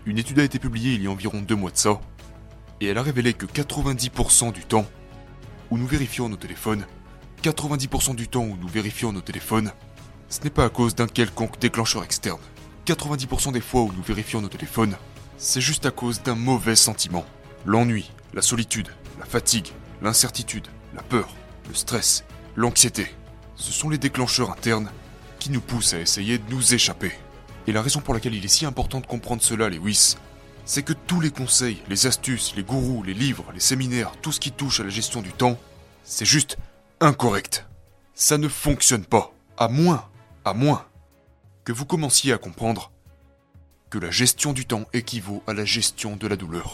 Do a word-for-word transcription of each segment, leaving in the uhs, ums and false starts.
Une étude a été publiée il y a environ deux mois de ça, et elle a révélé que quatre-vingt-dix pour cent du temps où nous vérifions nos téléphones, quatre-vingt-dix pour cent du temps où nous vérifions nos téléphones, ce n'est pas à cause d'un quelconque déclencheur externe. quatre-vingt-dix pour cent des fois où nous vérifions nos téléphones, c'est juste à cause d'un mauvais sentiment. L'ennui, la solitude, la fatigue, l'incertitude, la peur, le stress, l'anxiété. Ce sont les déclencheurs internes qui nous poussent à essayer de nous échapper. Et la raison pour laquelle il est si important de comprendre cela, Lewis, c'est que tous les conseils, les astuces, les gourous, les livres, les séminaires, tout ce qui touche à la gestion du temps, c'est juste incorrect. Ça ne fonctionne pas. À moins, à moins, que vous commenciez à comprendre que la gestion du temps équivaut à la gestion de la douleur.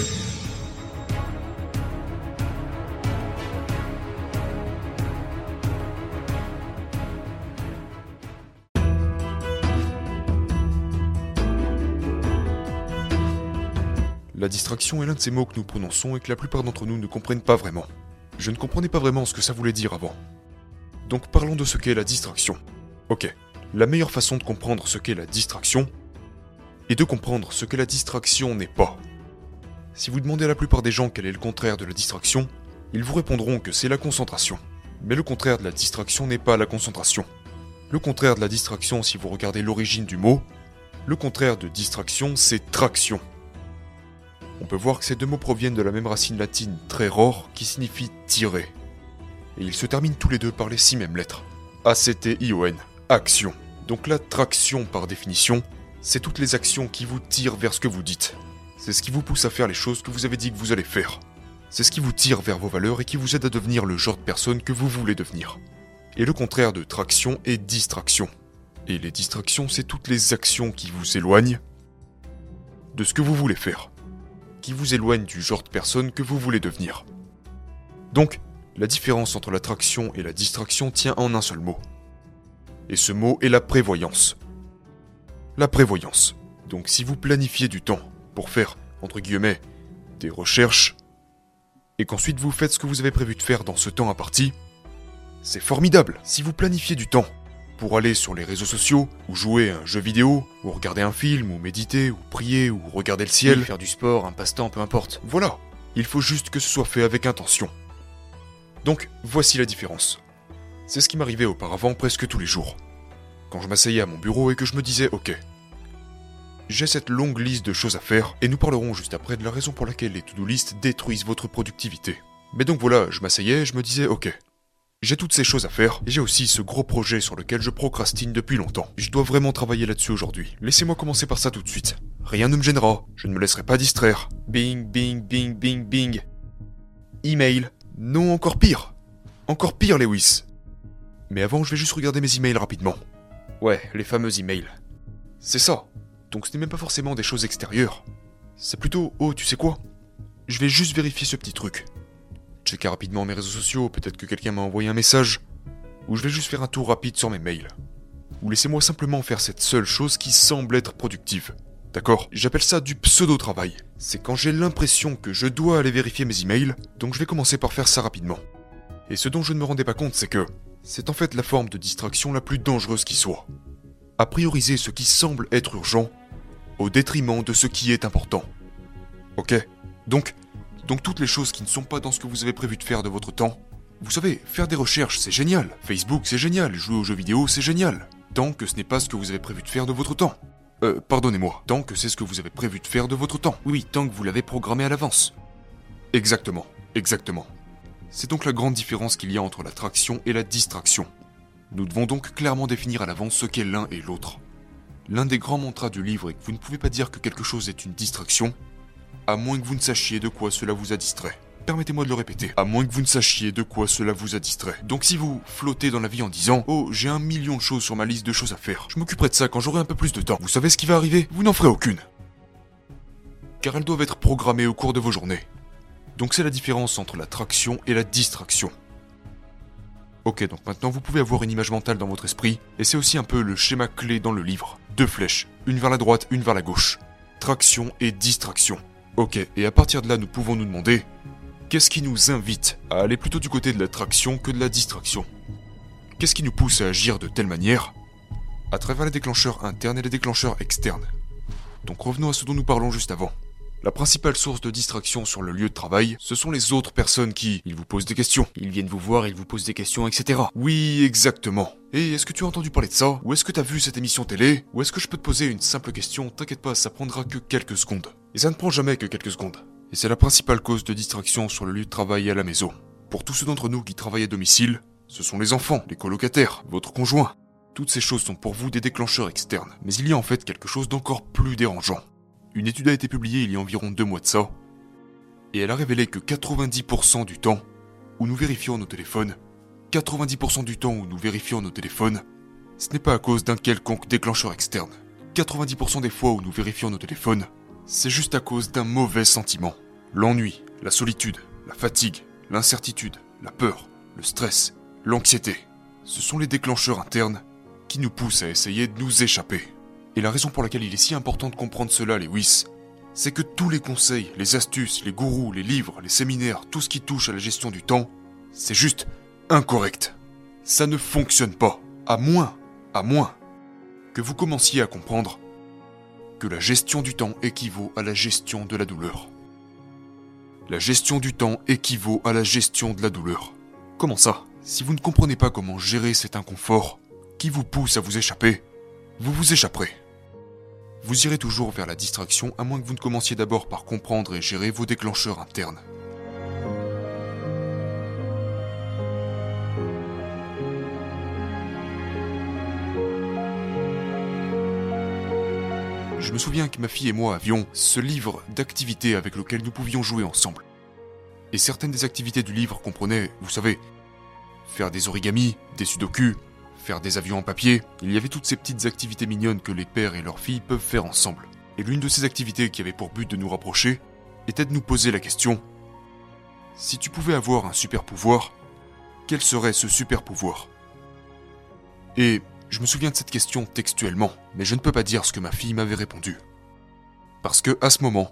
La distraction est l'un de ces mots que nous prononçons et que la plupart d'entre nous ne comprennent pas vraiment. Je ne comprenais pas vraiment ce que ça voulait dire avant. Donc parlons de ce qu'est la distraction. Ok, la meilleure façon de comprendre ce qu'est la distraction est de comprendre ce que la distraction n'est pas. Si vous demandez à la plupart des gens quel est le contraire de la distraction, ils vous répondront que c'est la concentration. Mais le contraire de la distraction n'est pas la concentration. Le contraire de la distraction, si vous regardez l'origine du mot, le contraire de distraction, c'est traction. On peut voir que ces deux mots proviennent de la même racine latine très rare qui signifie tirer. Et ils se terminent tous les deux par les six mêmes lettres. A C T I O N, action. Donc la traction par définition, c'est toutes les actions qui vous tirent vers ce que vous dites. C'est ce qui vous pousse à faire les choses que vous avez dit que vous allez faire. C'est ce qui vous tire vers vos valeurs et qui vous aide à devenir le genre de personne que vous voulez devenir. Et le contraire de traction est distraction. Et les distractions, c'est toutes les actions qui vous éloignent de ce que vous voulez faire. Qui vous éloigne du genre de personne que vous voulez devenir. Donc, la différence entre la traction et la distraction tient en un seul mot. Et ce mot est la prévoyance. La prévoyance. Donc si vous planifiez du temps pour faire, entre guillemets, des recherches, et qu'ensuite vous faites ce que vous avez prévu de faire dans ce temps imparti, c'est formidable. Si vous planifiez du temps pour aller sur les réseaux sociaux, ou jouer à un jeu vidéo, ou regarder un film, ou méditer, ou prier, ou regarder le ciel, faire du sport, un passe-temps, peu importe. Voilà, il faut juste que ce soit fait avec intention. Donc, voici la différence. C'est ce qui m'arrivait auparavant presque tous les jours. Quand je m'asseyais à mon bureau et que je me disais « Ok, j'ai cette longue liste de choses à faire, et nous parlerons juste après de la raison pour laquelle les to-do list détruisent votre productivité. » Mais donc voilà, je m'asseyais et je me disais « Ok, j'ai toutes ces choses à faire, et j'ai aussi ce gros projet sur lequel je procrastine depuis longtemps. Je dois vraiment travailler là-dessus aujourd'hui. Laissez-moi commencer par ça tout de suite. Rien ne me gênera, je ne me laisserai pas distraire. Bing, bing, bing, bing, bing. Email. Non, encore pire. Encore pire, Lewis. Mais avant, je vais juste regarder mes emails rapidement. Ouais, les fameux emails. C'est ça. Donc ce n'est même pas forcément des choses extérieures. C'est plutôt, oh, tu sais quoi? Je vais juste vérifier ce petit truc. Checker rapidement mes réseaux sociaux, peut-être que quelqu'un m'a envoyé un message. Ou je vais juste faire un tour rapide sur mes mails. Ou laissez-moi simplement faire cette seule chose qui semble être productive. D'accord? J'appelle ça du pseudo-travail. C'est quand j'ai l'impression que je dois aller vérifier mes emails, donc je vais commencer par faire ça rapidement. Et ce dont je ne me rendais pas compte, c'est que c'est en fait la forme de distraction la plus dangereuse qui soit. À prioriser ce qui semble être urgent, au détriment de ce qui est important. Ok? Donc... Donc toutes les choses qui ne sont pas dans ce que vous avez prévu de faire de votre temps. Vous savez, faire des recherches, c'est génial. Facebook, c'est génial. Jouer aux jeux vidéo, c'est génial. Tant que ce n'est pas ce que vous avez prévu de faire de votre temps. Euh, pardonnez-moi. Tant que c'est ce que vous avez prévu de faire de votre temps. Oui, oui, tant que vous l'avez programmé à l'avance. Exactement, exactement. C'est donc la grande différence qu'il y a entre la traction et la distraction. Nous devons donc clairement définir à l'avance ce qu'est l'un et l'autre. L'un des grands mantras du livre est que vous ne pouvez pas dire que quelque chose est une distraction, à moins que vous ne sachiez de quoi cela vous a distrait. Permettez-moi de le répéter. À moins que vous ne sachiez de quoi cela vous a distrait. Donc si vous flottez dans la vie en disant « Oh, j'ai un million de choses sur ma liste de choses à faire. Je m'occuperai de ça quand j'aurai un peu plus de temps. » Vous savez ce qui va arriver? Vous n'en ferez aucune. Car elles doivent être programmées au cours de vos journées. Donc c'est la différence entre la traction et la distraction. Ok, donc maintenant vous pouvez avoir une image mentale dans votre esprit, et c'est aussi un peu le schéma clé dans le livre. Deux flèches, une vers la droite, une vers la gauche. Traction et distraction. Ok, et à partir de là, nous pouvons nous demander qu'est-ce qui nous invite à aller plutôt du côté de la traction que de la distraction? Qu'est-ce qui nous pousse à agir de telle manière à travers les déclencheurs internes et les déclencheurs externes? Donc revenons à ce dont nous parlons juste avant. La principale source de distraction sur le lieu de travail, ce sont les autres personnes qui... Ils vous posent des questions. Ils viennent vous voir, ils vous posent des questions, et cetera. Oui, exactement. Et est-ce que tu as entendu parler de ça? Ou est-ce que t'as vu cette émission télé? Ou est-ce que je peux te poser une simple question? T'inquiète pas, ça prendra que quelques secondes. Et ça ne prend jamais que quelques secondes. Et c'est la principale cause de distraction sur le lieu de travail et à la maison. Pour tous ceux d'entre nous qui travaillent à domicile, ce sont les enfants, les colocataires, votre conjoint. Toutes ces choses sont pour vous des déclencheurs externes. Mais il y a en fait quelque chose d'encore plus dérangeant. Une étude a été publiée il y a environ deux mois de ça, et elle a révélé que quatre-vingt-dix pour cent du temps où nous vérifions nos téléphones, quatre-vingt-dix pour cent du temps où nous vérifions nos téléphones, ce n'est pas à cause d'un quelconque déclencheur externe. quatre-vingt-dix pour cent des fois où nous vérifions nos téléphones, c'est juste à cause d'un mauvais sentiment. L'ennui, la solitude, la fatigue, l'incertitude, la peur, le stress, l'anxiété. Ce sont les déclencheurs internes qui nous poussent à essayer de nous échapper. Et la raison pour laquelle il est si important de comprendre cela, Lewis, c'est que tous les conseils, les astuces, les gourous, les livres, les séminaires, tout ce qui touche à la gestion du temps, c'est juste incorrect. Ça ne fonctionne pas. À moins, à moins, que vous commenciez à comprendre que la gestion du temps équivaut à la gestion de la douleur. La gestion du temps équivaut à la gestion de la douleur. Comment ça? Si vous ne comprenez pas comment gérer cet inconfort qui vous pousse à vous échapper, vous vous échapperez. Vous irez toujours vers la distraction à moins que vous ne commenciez d'abord par comprendre et gérer vos déclencheurs internes. Je me souviens que ma fille et moi avions ce livre d'activités avec lequel nous pouvions jouer ensemble. Et certaines des activités du livre comprenaient, vous savez, faire des origamis, des sudoku, faire des avions en papier. Il y avait toutes ces petites activités mignonnes que les pères et leurs filles peuvent faire ensemble. Et l'une de ces activités qui avait pour but de nous rapprocher était de nous poser la question: si tu pouvais avoir un super pouvoir, quel serait ce super pouvoir? Et je me souviens de cette question textuellement, mais je ne peux pas dire ce que ma fille m'avait répondu. Parce que, à ce moment,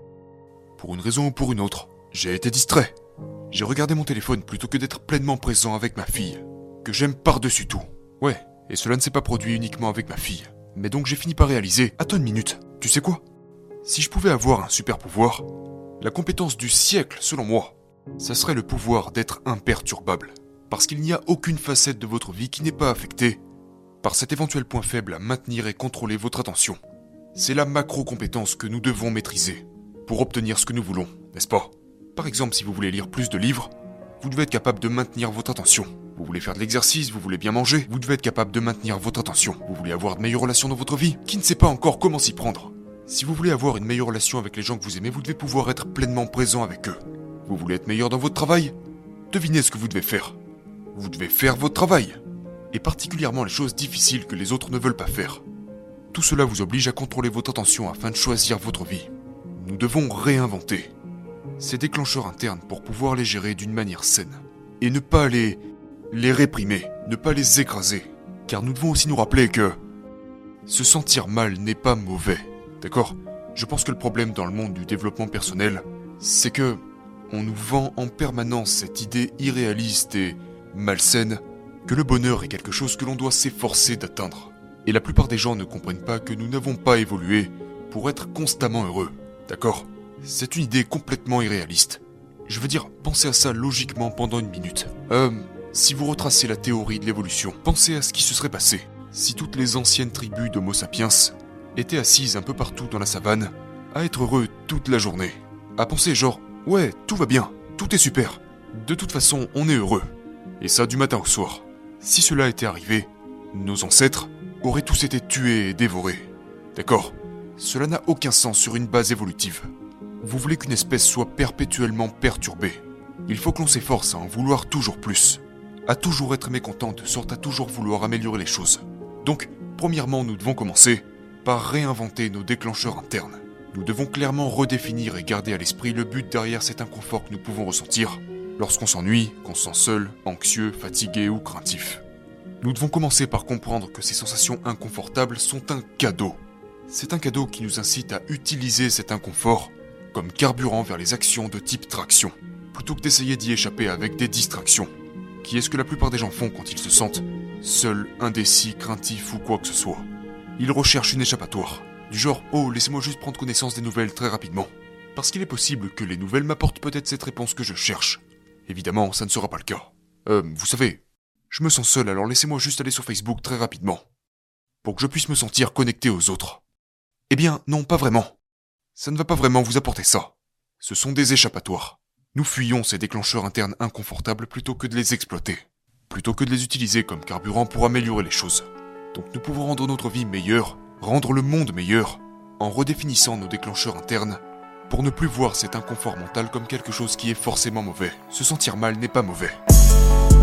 pour une raison ou pour une autre, j'ai été distrait. J'ai regardé mon téléphone plutôt que d'être pleinement présent avec ma fille, que j'aime par-dessus tout. Ouais, et cela ne s'est pas produit uniquement avec ma fille. Mais donc j'ai fini par réaliser, attends une minute, tu sais quoi? Si je pouvais avoir un super pouvoir, la compétence du siècle, selon moi, ça serait le pouvoir d'être imperturbable. Parce qu'il n'y a aucune facette de votre vie qui n'est pas affectée par cet éventuel point faible à maintenir et contrôler votre attention. C'est la macro-compétence que nous devons maîtriser pour obtenir ce que nous voulons, n'est-ce pas? Par exemple, si vous voulez lire plus de livres, vous devez être capable de maintenir votre attention. Vous voulez faire de l'exercice, vous voulez bien manger, vous devez être capable de maintenir votre attention. Vous voulez avoir de meilleures relations dans votre vie, qui ne sait pas encore comment s'y prendre. Si vous voulez avoir une meilleure relation avec les gens que vous aimez, vous devez pouvoir être pleinement présent avec eux. Vous voulez être meilleur dans votre travail? Devinez ce que vous devez faire. Vous devez faire votre travail. Et particulièrement les choses difficiles que les autres ne veulent pas faire. Tout cela vous oblige à contrôler votre attention afin de choisir votre vie. Nous devons réinventer ces déclencheurs internes pour pouvoir les gérer d'une manière saine. Et ne pas les... les réprimer, ne pas les écraser. Car nous devons aussi nous rappeler que se sentir mal n'est pas mauvais. D'accord? Je pense que le problème dans le monde du développement personnel, c'est que on nous vend en permanence cette idée irréaliste et malsaine que le bonheur est quelque chose que l'on doit s'efforcer d'atteindre. Et la plupart des gens ne comprennent pas que nous n'avons pas évolué pour être constamment heureux. D'accord? C'est une idée complètement irréaliste. Je veux dire, pensez à ça logiquement pendant une minute. Euh, si vous retracez la théorie de l'évolution, pensez à ce qui se serait passé si toutes les anciennes tribus d'Homo sapiens étaient assises un peu partout dans la savane, à être heureux toute la journée. À penser genre, ouais, tout va bien, tout est super. De toute façon, on est heureux. Et ça du matin au soir. Si cela était arrivé, nos ancêtres auraient tous été tués et dévorés. D'accord? Cela n'a aucun sens sur une base évolutive. Vous voulez qu'une espèce soit perpétuellement perturbée. Il faut que l'on s'efforce à en vouloir toujours plus. À toujours être mécontent de sorte à toujours vouloir améliorer les choses. Donc, premièrement, nous devons commencer par réinventer nos déclencheurs internes. Nous devons clairement redéfinir et garder à l'esprit le but derrière cet inconfort que nous pouvons ressentir lorsqu'on s'ennuie, qu'on se sent seul, anxieux, fatigué ou craintif. Nous devons commencer par comprendre que ces sensations inconfortables sont un cadeau. C'est un cadeau qui nous incite à utiliser cet inconfort comme carburant vers les actions de type traction, plutôt que d'essayer d'y échapper avec des distractions, qui est ce que la plupart des gens font quand ils se sentent seuls, indécis, craintifs ou quoi que ce soit. Ils recherchent une échappatoire, Du genre, oh, laissez-moi juste prendre connaissance des nouvelles très rapidement. Parce qu'il est possible que les nouvelles m'apportent peut-être cette réponse que je cherche. Évidemment, ça ne sera pas le cas. Euh, vous savez, je me sens seul, alors laissez-moi juste aller sur Facebook très rapidement. Pour que je puisse me sentir connecté aux autres. Eh bien, non, pas vraiment. Ça ne va pas vraiment vous apporter ça. Ce sont des échappatoires. Nous fuyons ces déclencheurs internes inconfortables plutôt que de les exploiter. Plutôt que de les utiliser comme carburant pour améliorer les choses. Donc nous pouvons rendre notre vie meilleure, rendre le monde meilleur, en redéfinissant nos déclencheurs internes, pour ne plus voir cet inconfort mental comme quelque chose qui est forcément mauvais. Se sentir mal n'est pas mauvais.